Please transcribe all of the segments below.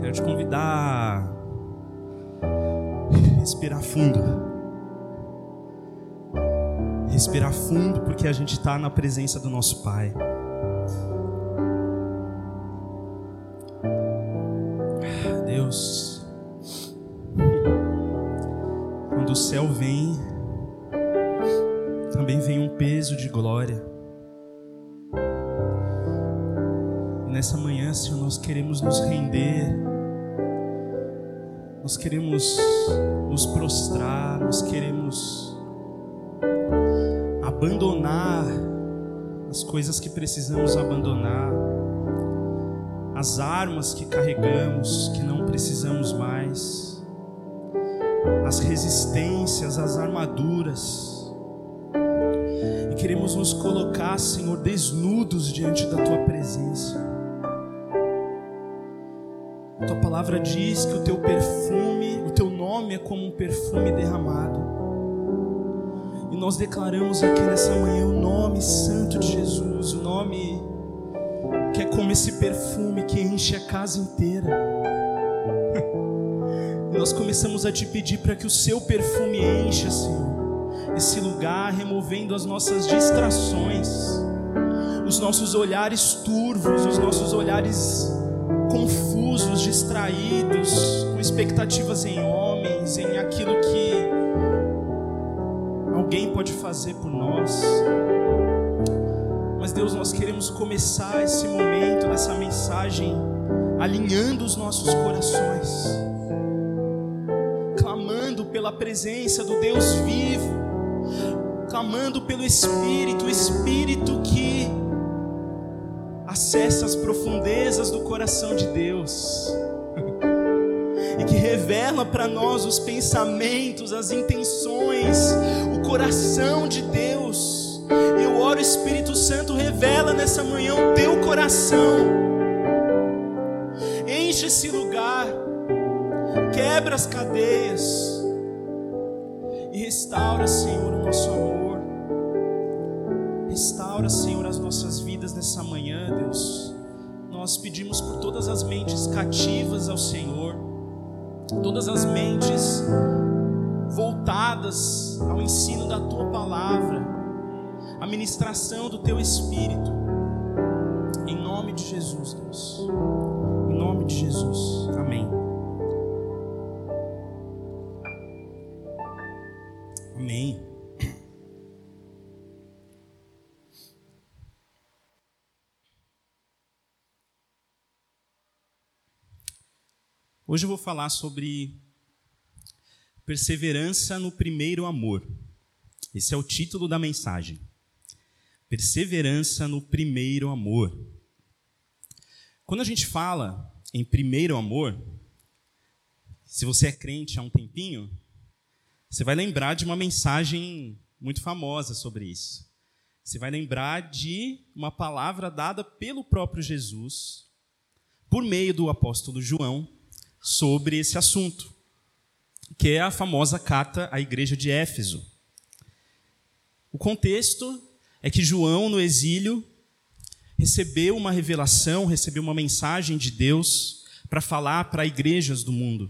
Quero te convidar a respirar fundo. Respirar fundo, porque a gente está na presença do nosso Pai. Deus, quando o céu vem, também vem um peso de glória. E nessa manhã, Senhor, nós queremos nos render, nós queremos nos prostrar, nós queremos abandonar as coisas que precisamos abandonar, as armas que carregamos, que não precisamos mais, as resistências, as armaduras, e queremos nos colocar, Senhor, desnudos diante da Tua presença. A Tua palavra diz que o Teu perfume, o Teu nome é como um perfume derramado, e nós declaramos aqui nessa manhã o nome santo de Jesus, o nome que é como esse perfume que enche a casa inteira. E nós começamos a te pedir para que o seu perfume encha, Senhor, esse lugar, removendo as nossas distrações, os nossos olhares turvos, os nossos olhares confusos, distraídos, com expectativas em homens, em aquilo que alguém pode fazer por nós. Mas Deus, nós queremos começar esse momento dessa mensagem alinhando os nossos corações, clamando pela presença do Deus vivo, clamando pelo Espírito, o Espírito que acessa as profundezas do coração de Deus e que revela para nós os pensamentos, as intenções, o coração de Deus. Eu oro, Espírito Santo, revela nessa manhã o teu coração, enche esse lugar, quebra as cadeias e restaura, Senhor, o nosso amor, restaura, Senhor, as nossas vidas nessa manhã, Deus. Nós pedimos por todas as mentes cativas ao Senhor, todas as mentes voltadas ao ensino da Tua palavra, a ministração do Teu Espírito, em nome de Jesus, Deus, em nome de Jesus, amém. Amém. Hoje eu vou falar sobre perseverança no primeiro amor. Esse é o título da mensagem. Perseverança no primeiro amor. Quando a gente fala em primeiro amor, se você é crente há um tempinho, você vai lembrar de uma mensagem muito famosa sobre isso. Você vai lembrar de uma palavra dada pelo próprio Jesus, por meio do apóstolo João, sobre esse assunto, que é a famosa carta à igreja de Éfeso. O contexto é que João, no exílio, recebeu uma revelação, recebeu uma mensagem de Deus para falar para igrejas do mundo.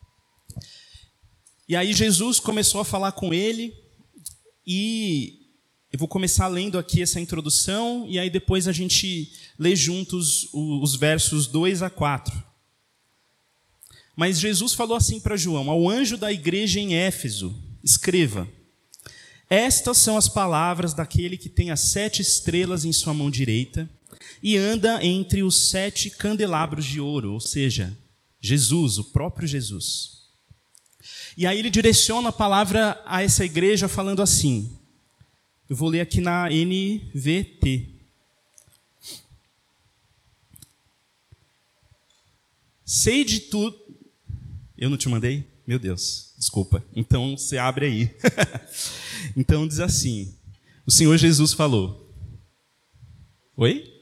E aí Jesus começou a falar com ele, e eu vou começar lendo aqui essa introdução, e aí depois a gente lê juntos os versos 2 a 4. Mas Jesus falou assim para João: ao anjo da igreja em Éfeso, escreva: estas são as palavras daquele que tem as 7 estrelas em sua mão direita e anda entre os 7 candelabros de ouro, ou seja, Jesus, o próprio Jesus. E aí ele direciona a palavra a essa igreja falando assim, eu vou ler aqui na NVT. Sei de tudo... Eu não te mandei? Meu Deus, desculpa. Então você abre aí. Então diz assim, o Senhor Jesus falou. Oi?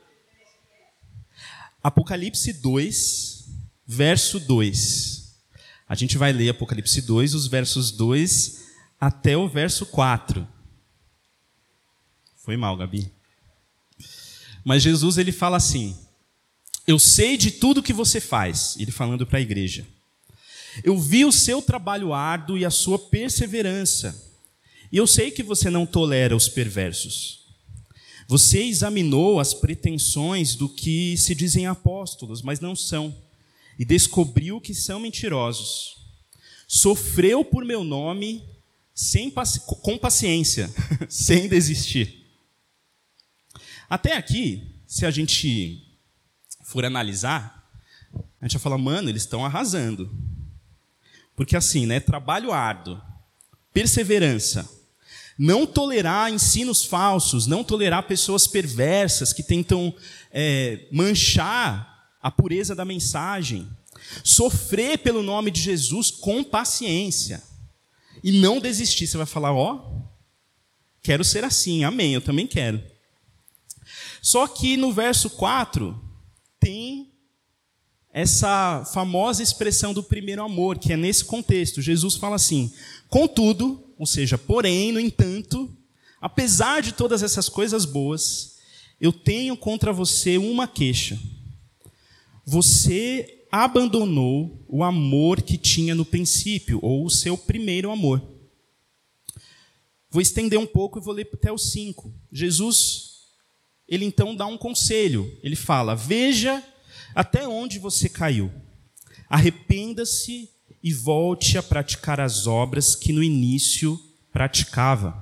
Apocalipse 2, verso 2. A gente vai ler Apocalipse 2, os versos 2 até o verso 4. Foi mal, Gabi. Mas Jesus, ele fala assim: Eu sei de tudo que você faz, ele falando para a igreja. Eu vi o seu trabalho árduo e a sua perseverança. E eu sei que você não tolera os perversos. Você examinou as pretensões do que se dizem apóstolos, mas não são, e descobriu que são mentirosos. Sofreu por meu nome com paciência, sem desistir. Até aqui, se a gente for analisar, a gente vai falar, mano, eles estão arrasando. Porque assim, né, trabalho árduo, perseverança, não tolerar ensinos falsos, não tolerar pessoas perversas que tentam manchar a pureza da mensagem, sofrer pelo nome de Jesus com paciência e não desistir. Você vai falar, quero ser assim, amém, eu também quero. Só que no verso 4 tem essa famosa expressão do primeiro amor, que é nesse contexto. Jesus fala assim, contudo, ou seja, porém, no entanto, apesar de todas essas coisas boas, eu tenho contra você uma queixa. Você abandonou o amor que tinha no princípio, ou o seu primeiro amor. Vou estender um pouco e vou ler até o 5. Jesus, ele então dá um conselho. Ele fala, veja até onde você caiu. Arrependa-se e volte a praticar as obras que no início praticava.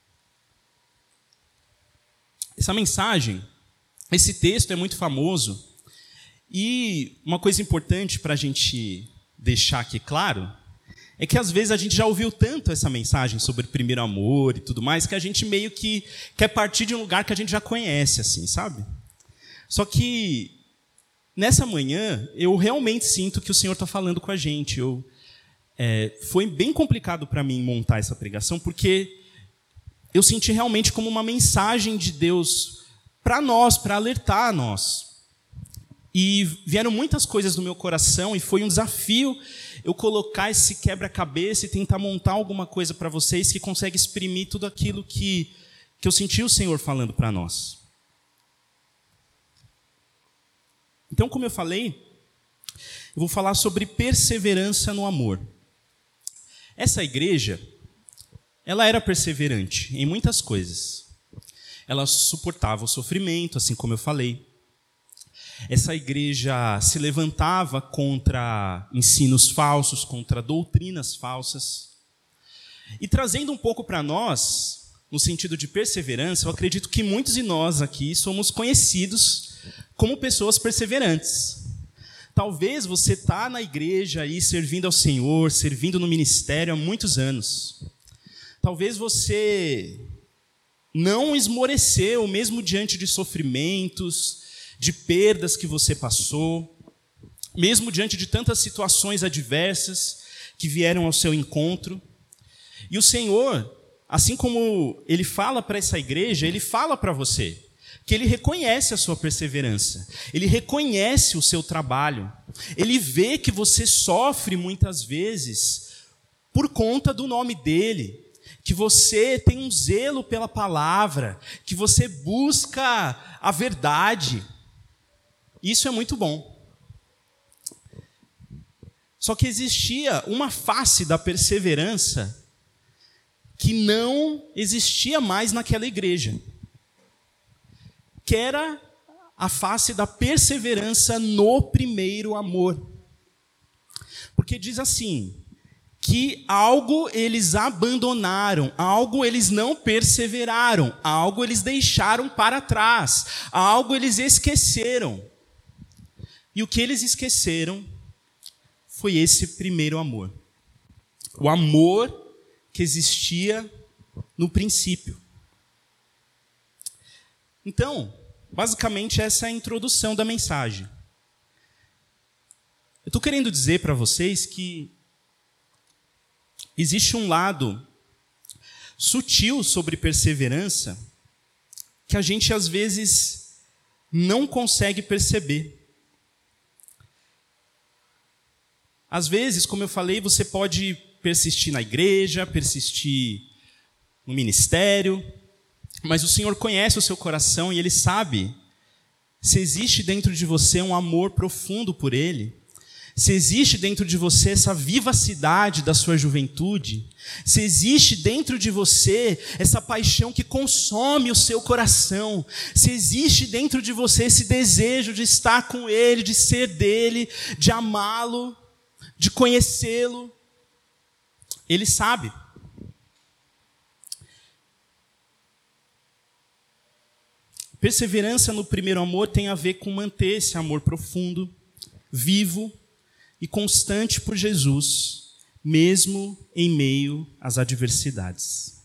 Essa mensagem, esse texto é muito famoso. E uma coisa importante para a gente deixar aqui claro é que às vezes a gente já ouviu tanto essa mensagem sobre primeiro amor e tudo mais, que a gente meio que quer partir de um lugar que a gente já conhece, assim, sabe? Só que nessa manhã eu realmente sinto que o Senhor está falando com a gente. Foi bem complicado para mim montar essa pregação, porque eu senti realmente como uma mensagem de Deus para nós, para alertar a nós. E vieram muitas coisas no meu coração e foi um desafio eu colocar esse quebra-cabeça e tentar montar alguma coisa para vocês que consegue exprimir tudo aquilo que eu senti o Senhor falando para nós. Então, como eu falei, eu vou falar sobre perseverança no amor. Essa igreja, ela era perseverante em muitas coisas. Ela suportava o sofrimento, assim como eu falei. Essa igreja se levantava contra ensinos falsos, contra doutrinas falsas. E trazendo um pouco para nós, no sentido de perseverança, eu acredito que muitos de nós aqui somos conhecidos como pessoas perseverantes. Talvez você está na igreja aí servindo ao Senhor, servindo no ministério há muitos anos. Talvez você não esmoreceu, mesmo diante de sofrimentos, de perdas que você passou, mesmo diante de tantas situações adversas que vieram ao seu encontro. E o Senhor, assim como Ele fala para essa igreja, Ele fala para você que Ele reconhece a sua perseverança, Ele reconhece o seu trabalho, Ele vê que você sofre muitas vezes por conta do nome dEle, que você tem um zelo pela palavra, que você busca a verdade. Isso é muito bom. Só que existia uma face da perseverança que não existia mais naquela igreja, que era a face da perseverança no primeiro amor. Porque diz assim, que algo eles abandonaram, algo eles não perseveraram, algo eles deixaram para trás, algo eles esqueceram. E o que eles esqueceram foi esse primeiro amor. O amor que existia no princípio. Então, basicamente essa é a introdução da mensagem. Eu estou querendo dizer para vocês que existe um lado sutil sobre perseverança que a gente às vezes não consegue perceber. Às vezes, como eu falei, você pode persistir na igreja, persistir no ministério, mas o Senhor conhece o seu coração e Ele sabe se existe dentro de você um amor profundo por Ele, se existe dentro de você essa vivacidade da sua juventude, se existe dentro de você essa paixão que consome o seu coração, se existe dentro de você esse desejo de estar com Ele, de ser dele, de amá-lo, de conhecê-lo, Ele sabe. Perseverança no primeiro amor tem a ver com manter esse amor profundo, vivo e constante por Jesus, mesmo em meio às adversidades.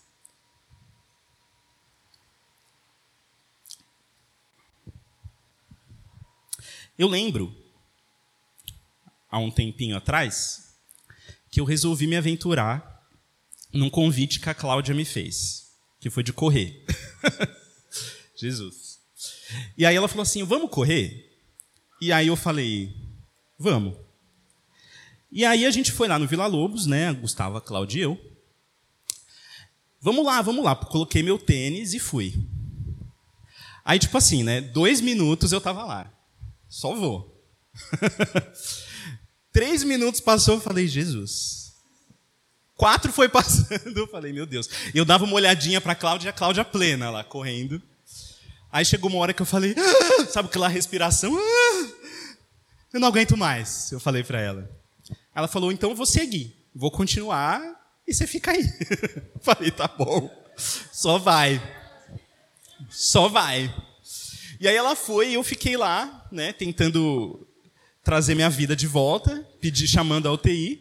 Eu lembro, há um tempinho atrás, que eu resolvi me aventurar num convite que a Cláudia me fez, que foi de correr. Jesus. E aí ela falou assim, vamos correr? E aí eu falei, vamos. E aí a gente foi lá no Vila Lobos, né? Gustavo, a Cláudia e eu. Vamos lá. Coloquei meu tênis e fui. Aí, tipo assim, né? 2 minutos eu tava lá. Só vou. 3 minutos passou, eu falei, Jesus. 4 foi passando, eu falei, meu Deus. Eu dava uma olhadinha pra Cláudia, e a Cláudia plena lá, correndo. Aí chegou uma hora que eu falei, sabe aquela respiração? Eu não aguento mais, eu falei pra ela. Ela falou, então eu vou seguir, vou continuar e você fica aí. Eu falei, tá bom, só vai. E aí ela foi e eu fiquei lá, né, tentando trazer minha vida de volta, chamando a UTI.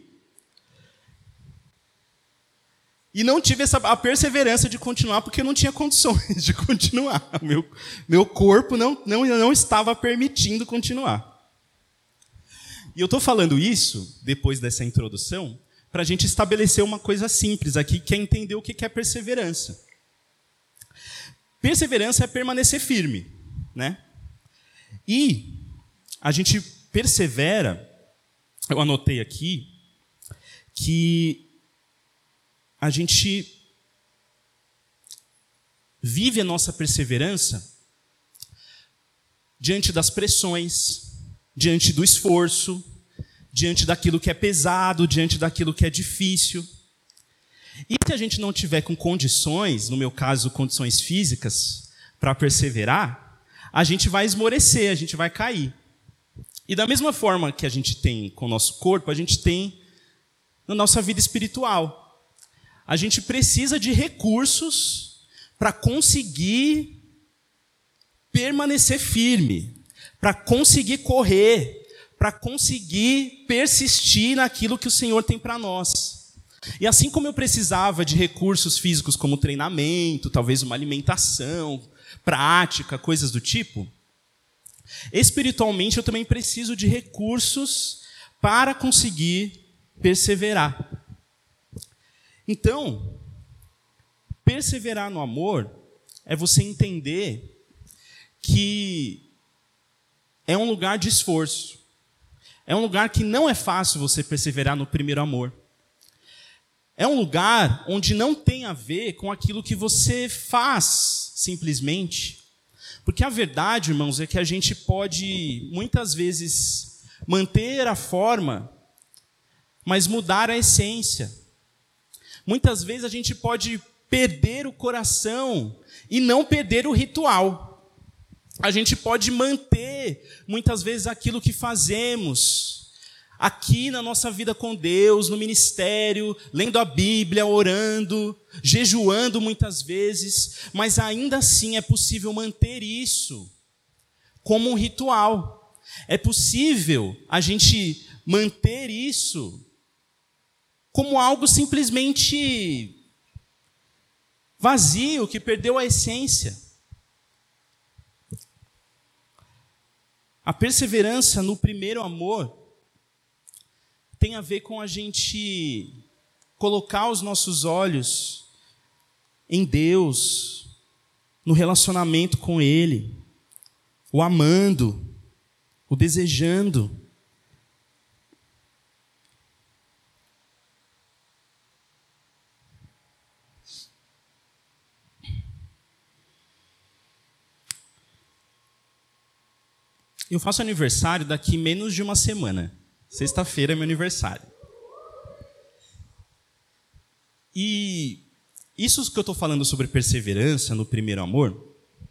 E não tive a perseverança de continuar, porque eu não tinha condições de continuar. Meu corpo não estava permitindo continuar. E eu estou falando isso, depois dessa introdução, para a gente estabelecer uma coisa simples aqui, que é entender o que é perseverança. Perseverança é permanecer firme, né? E a gente persevera, eu anotei aqui, que a gente vive a nossa perseverança diante das pressões, diante do esforço, diante daquilo que é pesado, diante daquilo que é difícil. E se a gente não tiver com condições, no meu caso, condições físicas, para perseverar, a gente vai esmorecer, a gente vai cair. E da mesma forma que a gente tem com o nosso corpo, a gente tem na nossa vida espiritual. A gente precisa de recursos para conseguir permanecer firme, para conseguir correr, para conseguir persistir naquilo que o Senhor tem para nós. E assim como eu precisava de recursos físicos como treinamento, talvez uma alimentação, prática, coisas do tipo, espiritualmente eu também preciso de recursos para conseguir perseverar. Então, perseverar no amor é você entender que é um lugar de esforço. É um lugar que não é fácil você perseverar no primeiro amor. É um lugar onde não tem a ver com aquilo que você faz, simplesmente. Porque a verdade, irmãos, é que a gente pode, muitas vezes, manter a forma, mas mudar a essência. Muitas vezes a gente pode perder o coração e não perder o ritual. A gente pode manter, muitas vezes, aquilo que fazemos aqui na nossa vida com Deus, no ministério, lendo a Bíblia, orando, jejuando muitas vezes, mas ainda assim é possível manter isso como um ritual. É possível a gente manter isso como algo simplesmente vazio, que perdeu a essência. A perseverança no primeiro amor tem a ver com a gente colocar os nossos olhos em Deus, no relacionamento com Ele, o amando, o desejando. Eu faço aniversário daqui menos de uma semana. Sexta-feira é meu aniversário. E isso que eu estou falando sobre perseverança no primeiro amor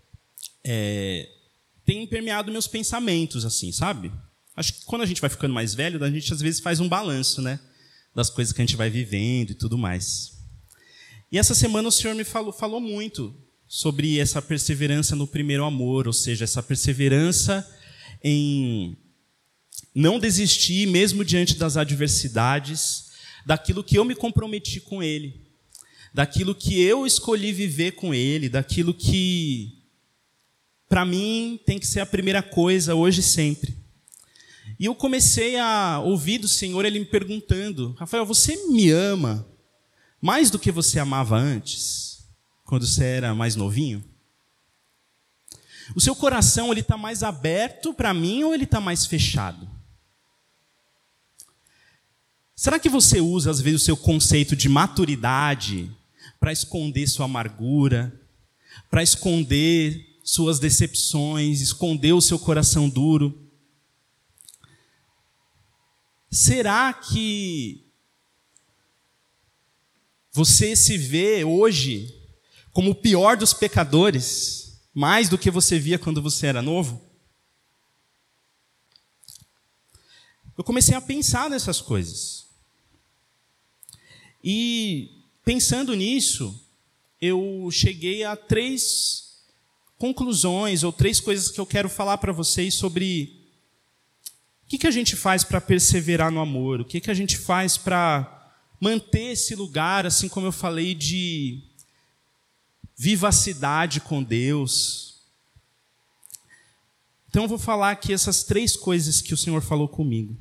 tem permeado meus pensamentos, assim, sabe? Acho que quando a gente vai ficando mais velho, a gente às vezes faz um balanço, né, das coisas que a gente vai vivendo e tudo mais. E essa semana o Senhor me falou muito sobre essa perseverança no primeiro amor, ou seja, essa perseverança em não desistir, mesmo diante das adversidades, daquilo que eu me comprometi com Ele, daquilo que eu escolhi viver com Ele, daquilo que, para mim, tem que ser a primeira coisa, hoje e sempre. E eu comecei a ouvir do Senhor, Ele me perguntando: Rafael, você me ama mais do que você amava antes, quando você era mais novinho? O seu coração está mais aberto para mim ou ele está mais fechado? Será que você usa, às vezes, o seu conceito de maturidade para esconder sua amargura, para esconder suas decepções, esconder o seu coração duro? Será que você se vê hoje como o pior dos pecadores, mais do que você via quando você era novo? Eu comecei a pensar nessas coisas. E, pensando nisso, eu cheguei a 3 conclusões, ou 3 coisas que eu quero falar para vocês sobre o que a gente faz para perseverar no amor, o que a gente faz para manter esse lugar, assim como eu falei, de vivacidade com Deus. Então eu vou falar aqui essas 3 coisas que o Senhor falou comigo.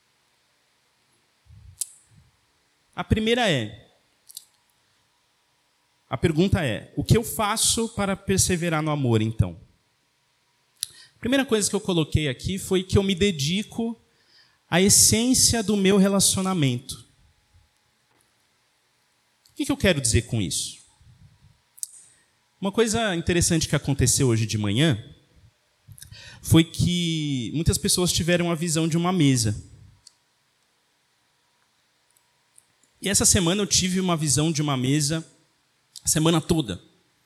A primeira a pergunta é: o que eu faço para perseverar no amor, então? A primeira coisa que eu coloquei aqui foi que eu me dedico à essência do meu relacionamento. O que eu quero dizer com isso? Uma coisa interessante que aconteceu hoje de manhã foi que muitas pessoas tiveram a visão de uma mesa. E essa semana eu tive uma visão de uma mesa a semana toda.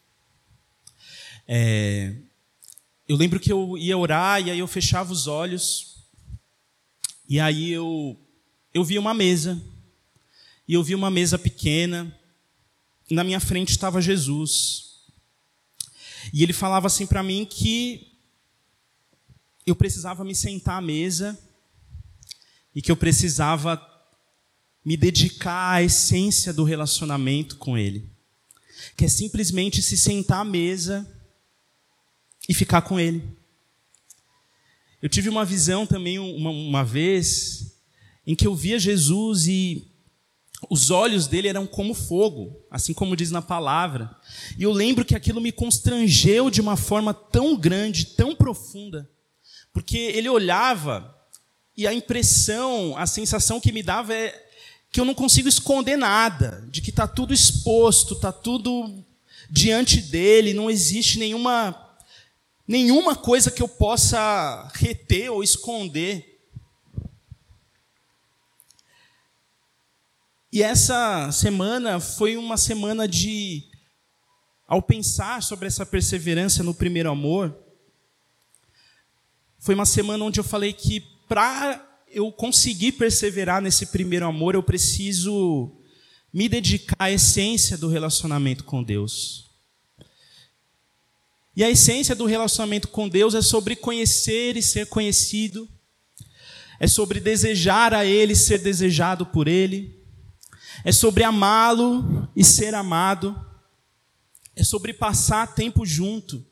Eu lembro que eu ia orar e aí eu fechava os olhos e aí eu via uma mesa. E eu vi uma mesa pequena e na minha frente estava Jesus. E ele falava assim para mim que eu precisava me sentar à mesa e que eu precisava me dedicar à essência do relacionamento com Ele, que é simplesmente se sentar à mesa e ficar com Ele. Eu tive uma visão também uma vez em que eu via Jesus e os olhos dele eram como fogo, assim como diz na palavra. E eu lembro que aquilo me constrangeu de uma forma tão grande, tão profunda, porque ele olhava e a impressão, a sensação que me dava é que eu não consigo esconder nada, de que está tudo exposto, está tudo diante dele, não existe nenhuma coisa que eu possa reter ou esconder. E essa semana foi uma semana ao pensar sobre essa perseverança no primeiro amor, foi uma semana onde eu falei que para eu conseguir perseverar nesse primeiro amor, eu preciso me dedicar à essência do relacionamento com Deus. E a essência do relacionamento com Deus é sobre conhecer e ser conhecido, é sobre desejar a Ele e ser desejado por Ele, é sobre amá-lo e ser amado, é sobre passar tempo junto.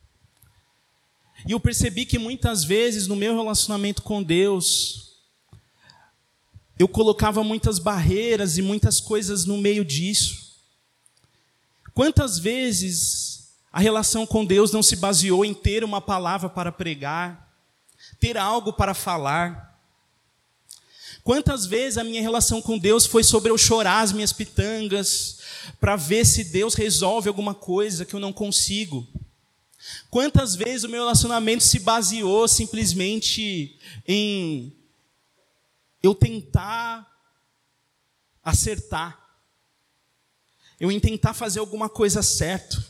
E eu percebi que muitas vezes no meu relacionamento com Deus, eu colocava muitas barreiras e muitas coisas no meio disso. Quantas vezes a relação com Deus não se baseou em ter uma palavra para pregar, ter algo para falar? Quantas vezes a minha relação com Deus foi sobre eu chorar as minhas pitangas, para ver se Deus resolve alguma coisa que eu não consigo? Quantas vezes o meu relacionamento se baseou simplesmente em eu tentar acertar, eu em tentar fazer alguma coisa certa,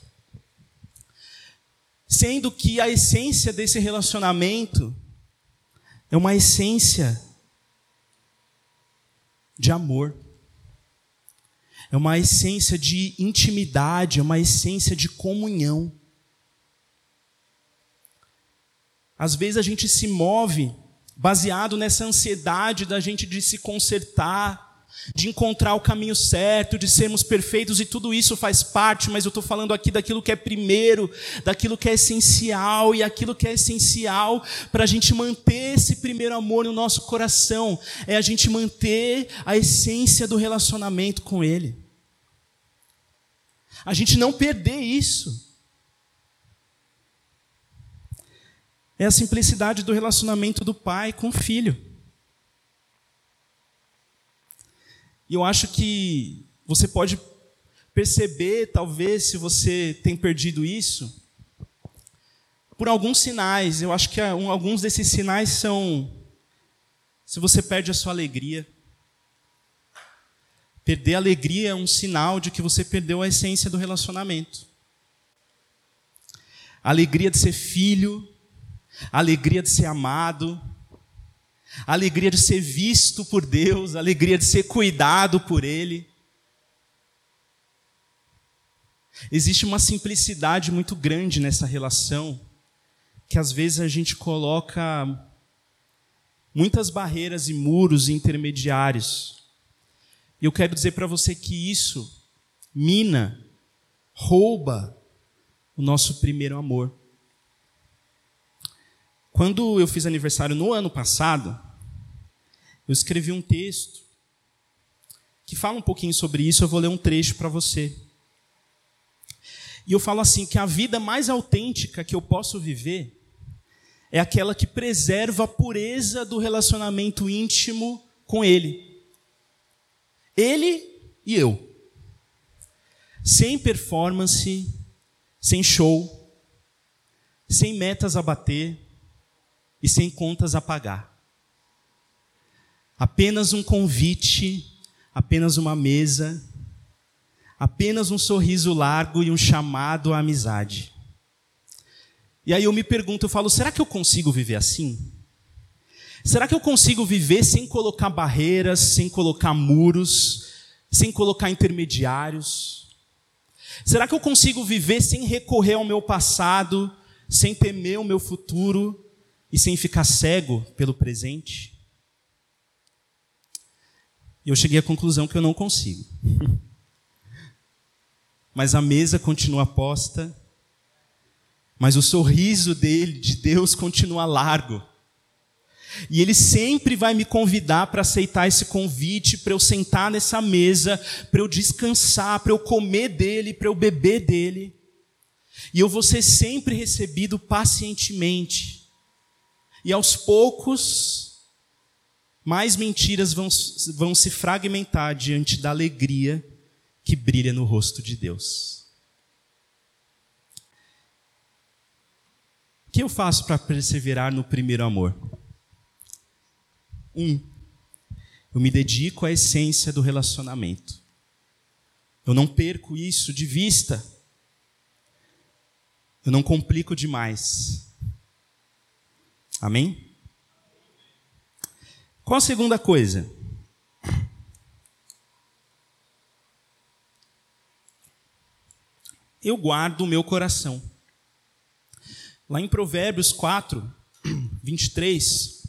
sendo que a essência desse relacionamento é uma essência de amor, é uma essência de intimidade, é uma essência de comunhão. Às vezes a gente se move baseado nessa ansiedade da gente de se consertar, de encontrar o caminho certo, de sermos perfeitos, e tudo isso faz parte, mas eu estou falando aqui daquilo que é primeiro, daquilo que é essencial, e aquilo que é essencial para a gente manter esse primeiro amor no nosso coração, é a gente manter a essência do relacionamento com Ele. A gente não perder isso. É a simplicidade do relacionamento do pai com o filho. E eu acho que você pode perceber, talvez, se você tem perdido isso, por alguns sinais. Eu acho que alguns desses sinais são: se você perde a sua alegria. Perder a alegria é um sinal de que você perdeu a essência do relacionamento. A alegria de ser filho, a alegria de ser amado, a alegria de ser visto por Deus, a alegria de ser cuidado por Ele. Existe uma simplicidade muito grande nessa relação, que às vezes a gente coloca muitas barreiras e muros intermediários. E eu quero dizer para você que isso mina, rouba o nosso primeiro amor. Quando eu fiz aniversário no ano passado, eu escrevi um texto que fala um pouquinho sobre isso. Eu vou ler um trecho para você. E eu falo assim, que a vida mais autêntica que eu posso viver é aquela que preserva a pureza do relacionamento íntimo com Ele. Ele e eu. Sem performance, sem show, sem metas a bater e sem contas a pagar. Apenas um convite, apenas uma mesa, apenas um sorriso largo e um chamado à amizade. E aí eu me pergunto, eu falo, será que eu consigo viver assim? Será que eu consigo viver sem colocar barreiras, sem colocar muros, sem colocar intermediários? Será que eu consigo viver sem recorrer ao meu passado, sem temer o meu futuro e sem ficar cego pelo presente? E eu cheguei à conclusão que eu não consigo. Mas a mesa continua posta, mas o sorriso de Deus continua largo. E Ele sempre vai me convidar para aceitar esse convite, para eu sentar nessa mesa, para eu descansar, para eu comer dEle, para eu beber dEle. E eu vou ser sempre recebido pacientemente. E aos poucos, mais mentiras vão se fragmentar diante da alegria que brilha no rosto de Deus. O que eu faço para perseverar no primeiro amor? Eu me dedico à essência do relacionamento. Eu não perco isso de vista. Eu não complico demais. Amém? Qual a segunda coisa? Eu guardo o meu coração. Lá em Provérbios 4, 23,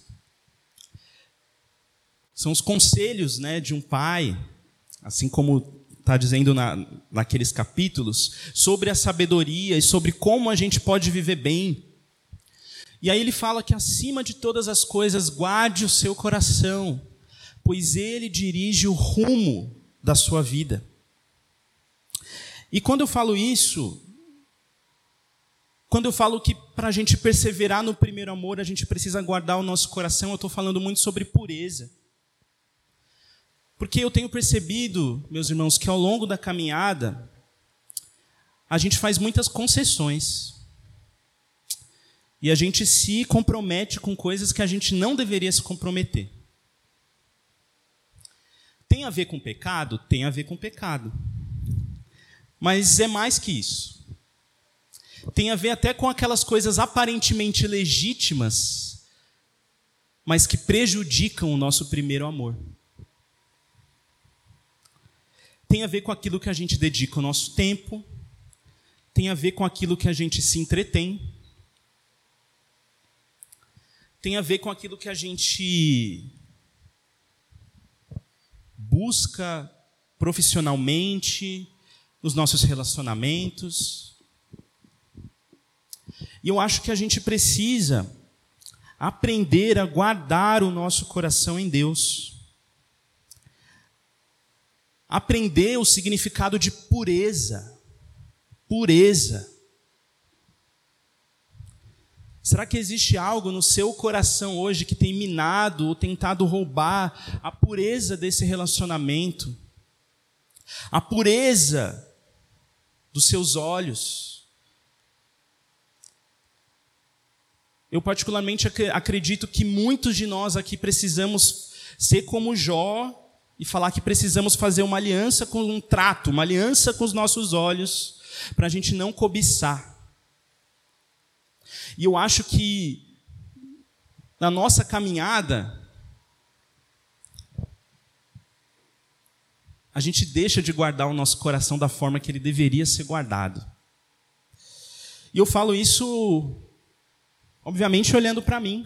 são os conselhos, de um pai, assim como está dizendo naqueles capítulos, sobre a sabedoria e sobre como a gente pode viver bem. E aí ele fala que acima de todas as coisas, guarde o seu coração, pois ele dirige o rumo da sua vida. E quando eu falo isso, quando eu falo que para a gente perseverar no primeiro amor, a gente precisa guardar o nosso coração, eu estou falando muito sobre pureza. Porque eu tenho percebido, meus irmãos, que ao longo da caminhada, a gente faz muitas concessões. E a gente se compromete com coisas que a gente não deveria se comprometer. Tem a ver com pecado? Tem a ver com pecado. Mas é mais que isso. Tem a ver até com aquelas coisas aparentemente legítimas, mas que prejudicam o nosso primeiro amor. Tem a ver com aquilo que a gente dedica o nosso tempo, tem a ver com aquilo que a gente se entretém, tem a ver com aquilo que a gente busca profissionalmente, nos nossos relacionamentos. E eu acho que a gente precisa aprender a guardar o nosso coração em Deus. Aprender o significado de pureza. Pureza. Será que existe algo no seu coração hoje que tem minado ou tentado roubar a pureza desse relacionamento? A pureza dos seus olhos? Eu particularmente acredito que muitos de nós aqui precisamos ser como Jó e falar que precisamos fazer uma aliança com um trato, uma aliança com os nossos olhos, para a gente não cobiçar. E eu acho que na nossa caminhada, a gente deixa de guardar o nosso coração da forma que ele deveria ser guardado. E eu falo isso, obviamente, olhando para mim.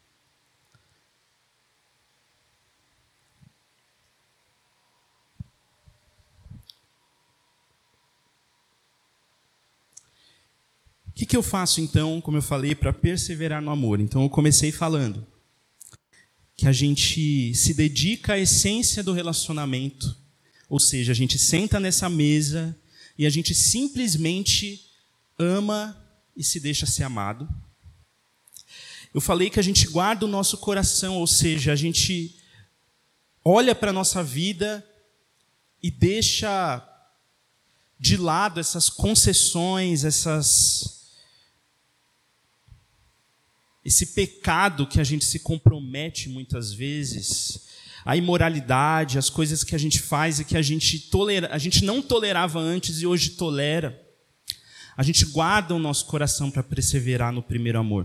O que eu faço, então, como eu falei, para perseverar no amor? Então, eu comecei falando que a gente se dedica à essência do relacionamento, ou seja, a gente senta nessa mesa e a gente simplesmente ama e se deixa ser amado. Eu falei que a gente guarda o nosso coração, ou seja, a gente olha para a nossa vida e deixa de lado essas concessões, esse pecado que a gente se compromete muitas vezes, a imoralidade, as coisas que a gente faz e que a gente não tolerava antes e hoje tolera. A gente guarda o nosso coração para perseverar no primeiro amor.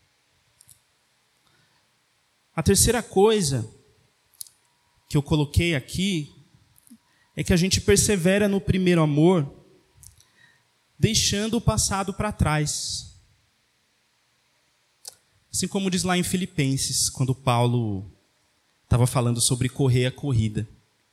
A terceira coisa que eu coloquei aqui é que a gente persevera no primeiro amor deixando o passado para trás. Assim como diz lá em Filipenses, quando Paulo estava falando sobre correr a corrida.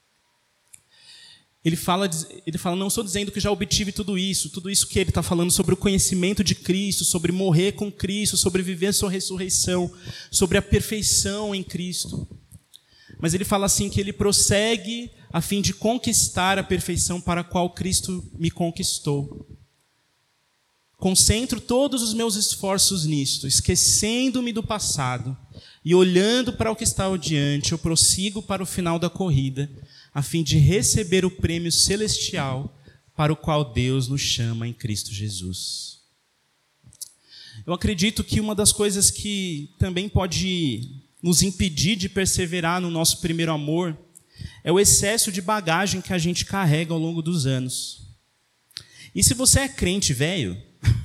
Ele fala, não estou dizendo que já obtive tudo isso que ele está falando sobre o conhecimento de Cristo, sobre morrer com Cristo, sobre viver sua ressurreição, sobre a perfeição em Cristo. Mas ele fala assim que ele prossegue a fim de conquistar a perfeição para a qual Cristo me conquistou. Concentro todos os meus esforços nisto, esquecendo-me do passado e olhando para o que está adiante, eu prossigo para o final da corrida, a fim de receber o prêmio celestial para o qual Deus nos chama em Cristo Jesus. Eu acredito que uma das coisas que também pode nos impedir de perseverar no nosso primeiro amor é o excesso de bagagem que a gente carrega ao longo dos anos. E se você é crente velho,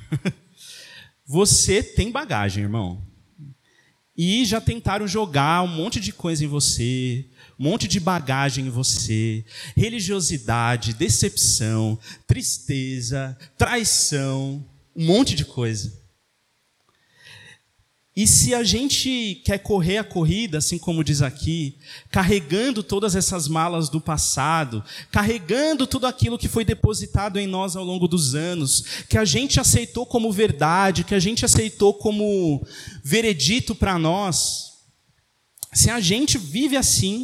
você tem bagagem, irmão. E já tentaram jogar um monte de coisa em você, um monte de bagagem em você, religiosidade, decepção, tristeza, traição, um monte de coisa. E se a gente quer correr a corrida, assim como diz aqui, carregando todas essas malas do passado, carregando tudo aquilo que foi depositado em nós ao longo dos anos, que a gente aceitou como verdade, que a gente aceitou como veredito para nós, se a gente vive assim,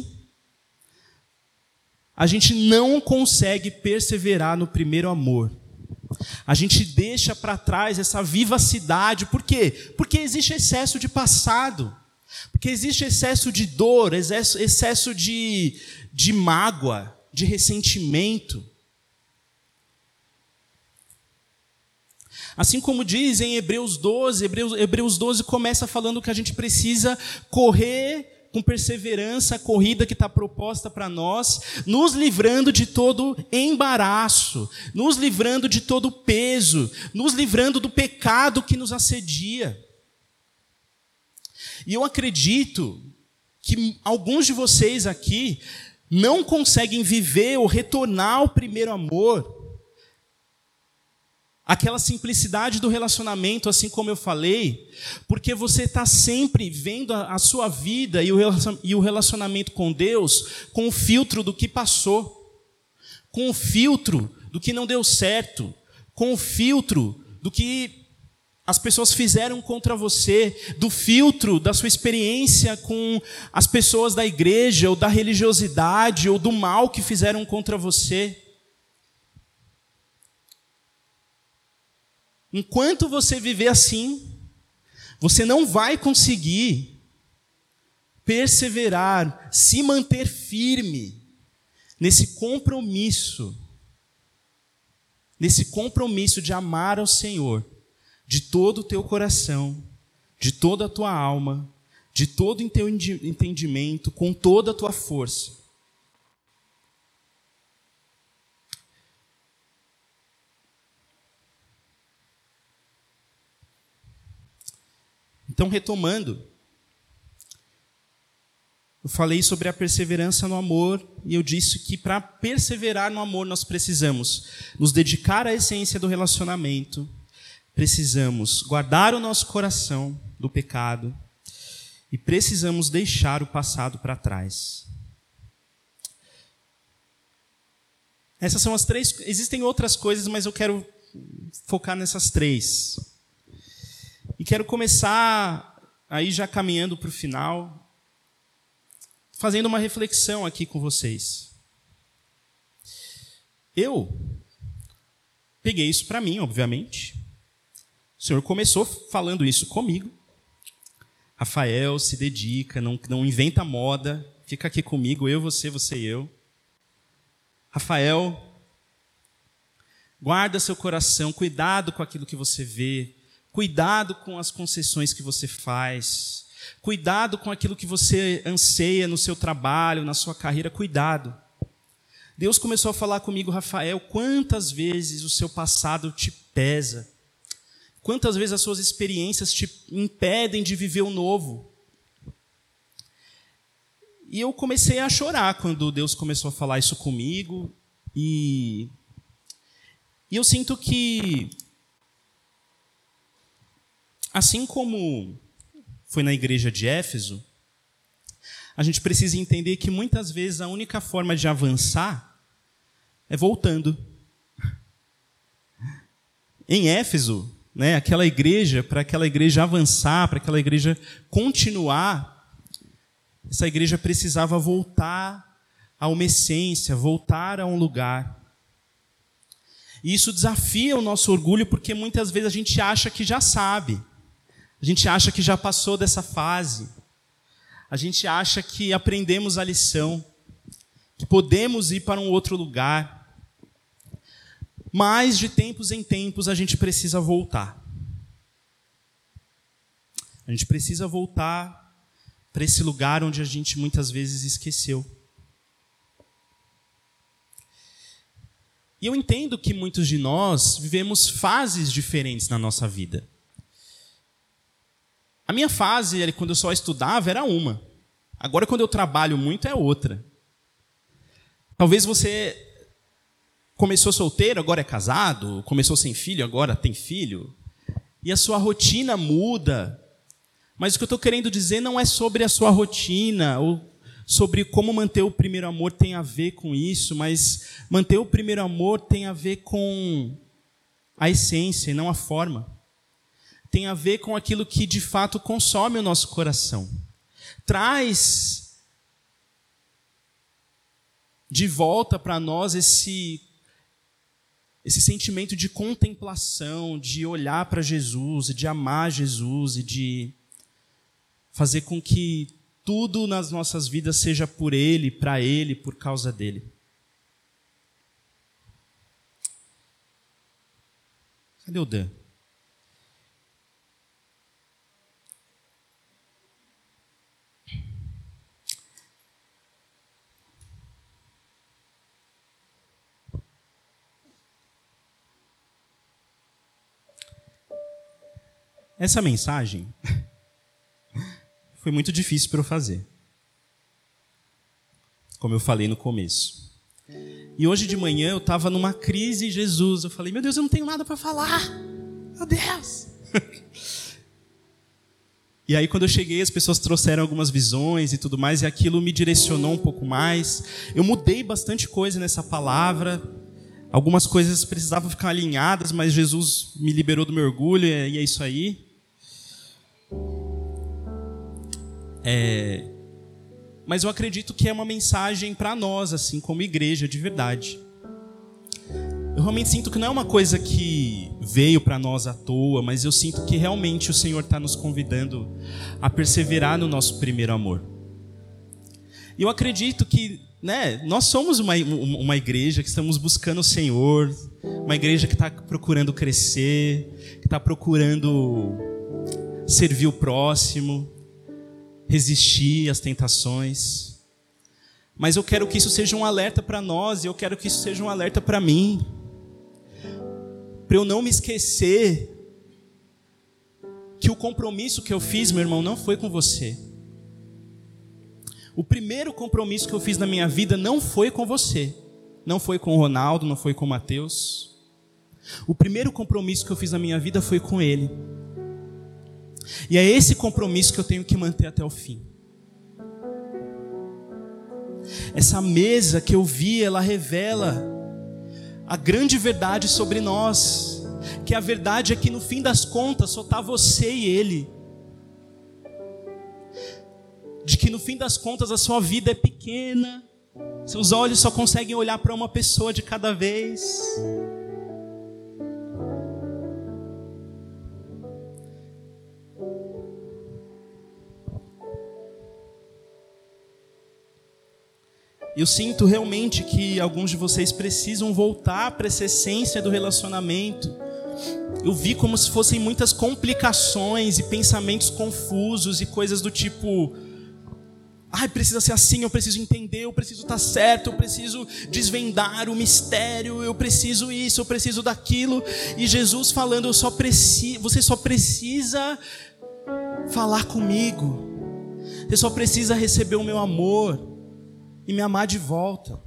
a gente não consegue perseverar no primeiro amor. A gente deixa para trás essa vivacidade. Por quê? Porque existe excesso de passado. Porque existe excesso de dor, excesso de mágoa, de ressentimento. Assim como diz em Hebreus 12, Hebreus 12 começa falando que a gente precisa correr com perseverança a corrida que está proposta para nós, nos livrando de todo embaraço, nos livrando de todo peso, nos livrando do pecado que nos assedia. E eu acredito que alguns de vocês aqui não conseguem viver ou retornar ao primeiro amor, aquela simplicidade do relacionamento, assim como eu falei, porque você está sempre vendo a sua vida e o relacionamento com Deus com o filtro do que passou, com o filtro do que não deu certo, com o filtro do que as pessoas fizeram contra você, do filtro da sua experiência com as pessoas da igreja, ou da religiosidade, ou do mal que fizeram contra você. Enquanto você viver assim, você não vai conseguir perseverar, se manter firme nesse compromisso de amar ao Senhor, de todo o teu coração, de toda a tua alma, de todo o teu entendimento, com toda a tua força. Então, retomando, eu falei sobre a perseverança no amor, e eu disse que para perseverar no amor nós precisamos nos dedicar à essência do relacionamento, precisamos guardar o nosso coração do pecado e precisamos deixar o passado para trás. Essas são as três. Existem outras coisas, mas eu quero focar nessas três. E quero começar, aí já caminhando para o final, fazendo uma reflexão aqui com vocês. Eu peguei isso para mim, obviamente. O Senhor começou falando isso comigo. Rafael, se dedica, não inventa moda, fica aqui comigo, eu, você e eu. Rafael, guarda seu coração, cuidado com aquilo que você vê, cuidado com as concessões que você faz, cuidado com aquilo que você anseia no seu trabalho, na sua carreira, cuidado. Deus começou a falar comigo, Rafael, quantas vezes o seu passado te pesa, quantas vezes as suas experiências te impedem de viver o novo. E eu comecei a chorar quando Deus começou a falar isso comigo. E eu sinto que, assim como foi na igreja de Éfeso, a gente precisa entender que muitas vezes a única forma de avançar é voltando. Em Éfeso, aquela igreja, para aquela igreja avançar, para aquela igreja continuar, essa igreja precisava voltar a uma essência, voltar a um lugar. E isso desafia o nosso orgulho, porque muitas vezes a gente acha que já sabe, a gente acha que já passou dessa fase, a gente acha que aprendemos a lição, que podemos ir para um outro lugar. Mas de tempos em tempos a gente precisa voltar. A gente precisa voltar para esse lugar onde a gente muitas vezes esqueceu. E eu entendo que muitos de nós vivemos fases diferentes na nossa vida. A minha fase, quando eu só estudava, era uma. Agora, quando eu trabalho muito, é outra. Talvez você começou solteiro, agora é casado, começou sem filho, agora tem filho, e a sua rotina muda. Mas o que eu estou querendo dizer não é sobre a sua rotina, ou sobre como manter o primeiro amor tem a ver com isso, mas manter o primeiro amor tem a ver com a essência e não a forma. Tem a ver com aquilo que de fato consome o nosso coração. Traz de volta para nós esse sentimento de contemplação, de olhar para Jesus, de amar Jesus e de fazer com que tudo nas nossas vidas seja por Ele, para Ele, por causa dEle. Cadê o Dan? essa mensagem foi muito difícil para eu fazer, como eu falei no começo. E hoje de manhã eu estava numa crise, Jesus. Eu falei, meu Deus, eu não tenho nada para falar. Meu Deus. E aí quando eu cheguei, as pessoas trouxeram algumas visões e tudo mais, e aquilo me direcionou um pouco mais. Eu mudei bastante coisa nessa palavra. Algumas coisas precisavam ficar alinhadas, mas Jesus me liberou do meu orgulho, e é isso aí. Mas eu acredito que é uma mensagem para nós, assim, como igreja, de verdade. Eu realmente sinto que não é uma coisa que veio para nós à toa, mas eu sinto que realmente o Senhor está nos convidando a perseverar no nosso primeiro amor. E eu acredito que, nós somos uma igreja que estamos buscando o Senhor, uma igreja que está procurando crescer, que está procurando servir o próximo, resistir às tentações. Mas eu quero que isso seja um alerta para nós, e eu quero que isso seja um alerta para mim, para eu não me esquecer que o compromisso que eu fiz, meu irmão, não foi com você. O primeiro compromisso que eu fiz na minha vida não foi com você, não foi com o Ronaldo, não foi com o Mateus. O primeiro compromisso que eu fiz na minha vida foi com ele. E é esse compromisso que eu tenho que manter até o fim. Essa mesa que eu vi, ela revela a grande verdade sobre nós, que a verdade é que no fim das contas só está você e ele. De que no fim das contas a sua vida é pequena, seus olhos só conseguem olhar para uma pessoa de cada vez. Eu sinto realmente que alguns de vocês precisam voltar para essa essência do relacionamento. Eu vi como se fossem muitas complicações e pensamentos confusos e coisas do tipo: precisa ser assim, eu preciso entender, eu preciso estar certo, eu preciso desvendar o mistério, eu preciso isso, eu preciso daquilo. E Jesus falando, você só precisa falar comigo. Você só precisa receber o meu amor e me amar de volta.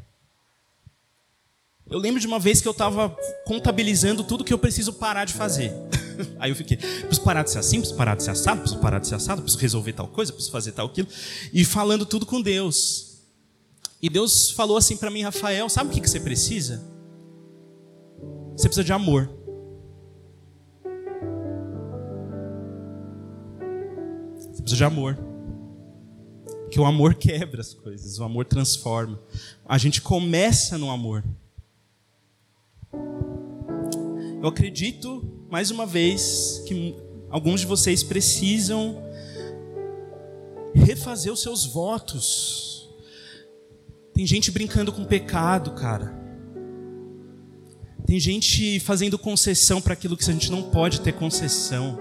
Eu lembro de uma vez que eu estava contabilizando tudo que eu preciso parar de fazer. Aí eu fiquei, preciso parar de ser assim, preciso parar de ser assado, preciso parar de ser assado, preciso resolver tal coisa, preciso fazer tal aquilo. E falando tudo com Deus. E Deus falou assim para mim, Rafael, sabe o que você precisa? Você precisa de amor. Você precisa de amor. Porque o amor quebra as coisas, o amor transforma. A gente começa no amor. Eu acredito, mais uma vez, que alguns de vocês precisam refazer os seus votos. Tem gente brincando com pecado, cara. Tem gente fazendo concessão para aquilo que a gente não pode ter concessão.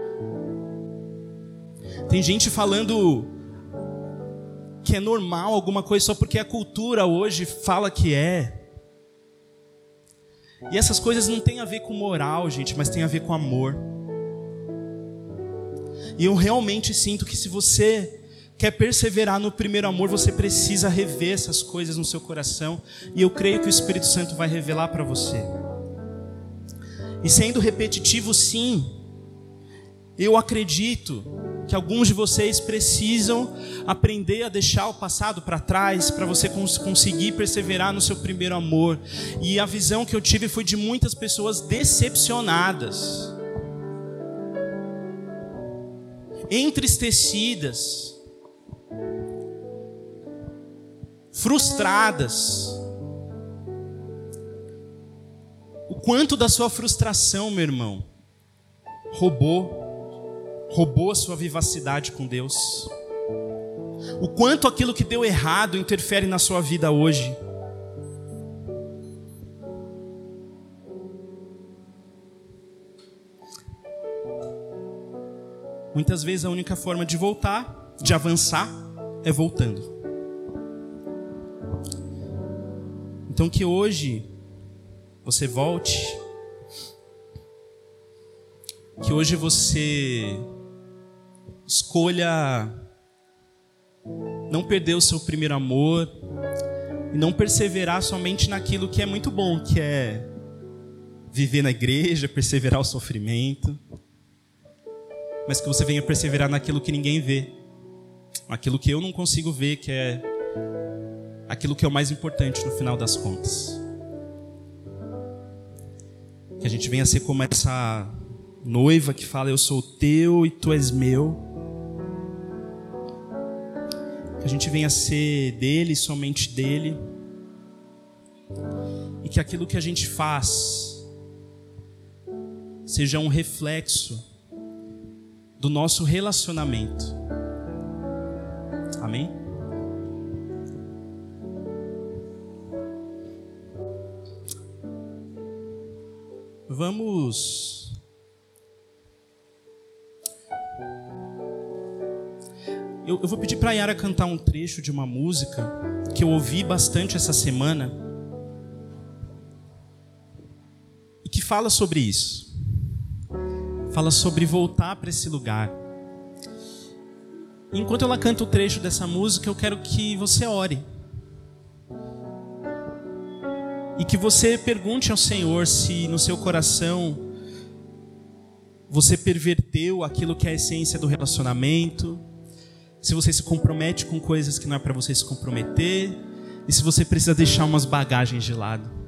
Tem gente falando que é normal alguma coisa só porque a cultura hoje fala que é. E essas coisas não tem a ver com moral, gente, mas tem a ver com amor. E eu realmente sinto que se você quer perseverar no primeiro amor, você precisa rever essas coisas no seu coração. E eu creio que o Espírito Santo vai revelar para você. E sendo repetitivo, sim, eu acredito que alguns de vocês precisam aprender a deixar o passado para trás para você conseguir perseverar no seu primeiro amor. E a visão que eu tive foi de muitas pessoas decepcionadas, entristecidas, frustradas. O quanto da sua frustração, meu irmão, roubou a sua vivacidade com Deus. O quanto aquilo que deu errado interfere na sua vida hoje. Muitas vezes a única forma de voltar, de avançar, é voltando. Então que hoje você volte que hoje você escolha não perder o seu primeiro amor e não perseverar somente naquilo que é muito bom, que é viver na igreja, perseverar o sofrimento, mas que você venha perseverar naquilo que ninguém vê, aquilo que eu não consigo ver, que é aquilo que é o mais importante no final das contas. Que a gente venha ser como essa noiva que fala: eu sou teu e tu és meu. Que a gente venha ser dele, somente dele. E que aquilo que a gente faz seja um reflexo do nosso relacionamento. Amém? Vamos... Eu vou pedir para a Yara cantar um trecho de uma música que eu ouvi bastante essa semana e que fala sobre isso. Fala sobre voltar para esse lugar. Enquanto ela canta o trecho dessa música, eu quero que você ore. E que você pergunte ao Senhor se no seu coração você perverteu aquilo que é a essência do relacionamento, se você se compromete com coisas que não é para você se comprometer, e se você precisa deixar umas bagagens de lado.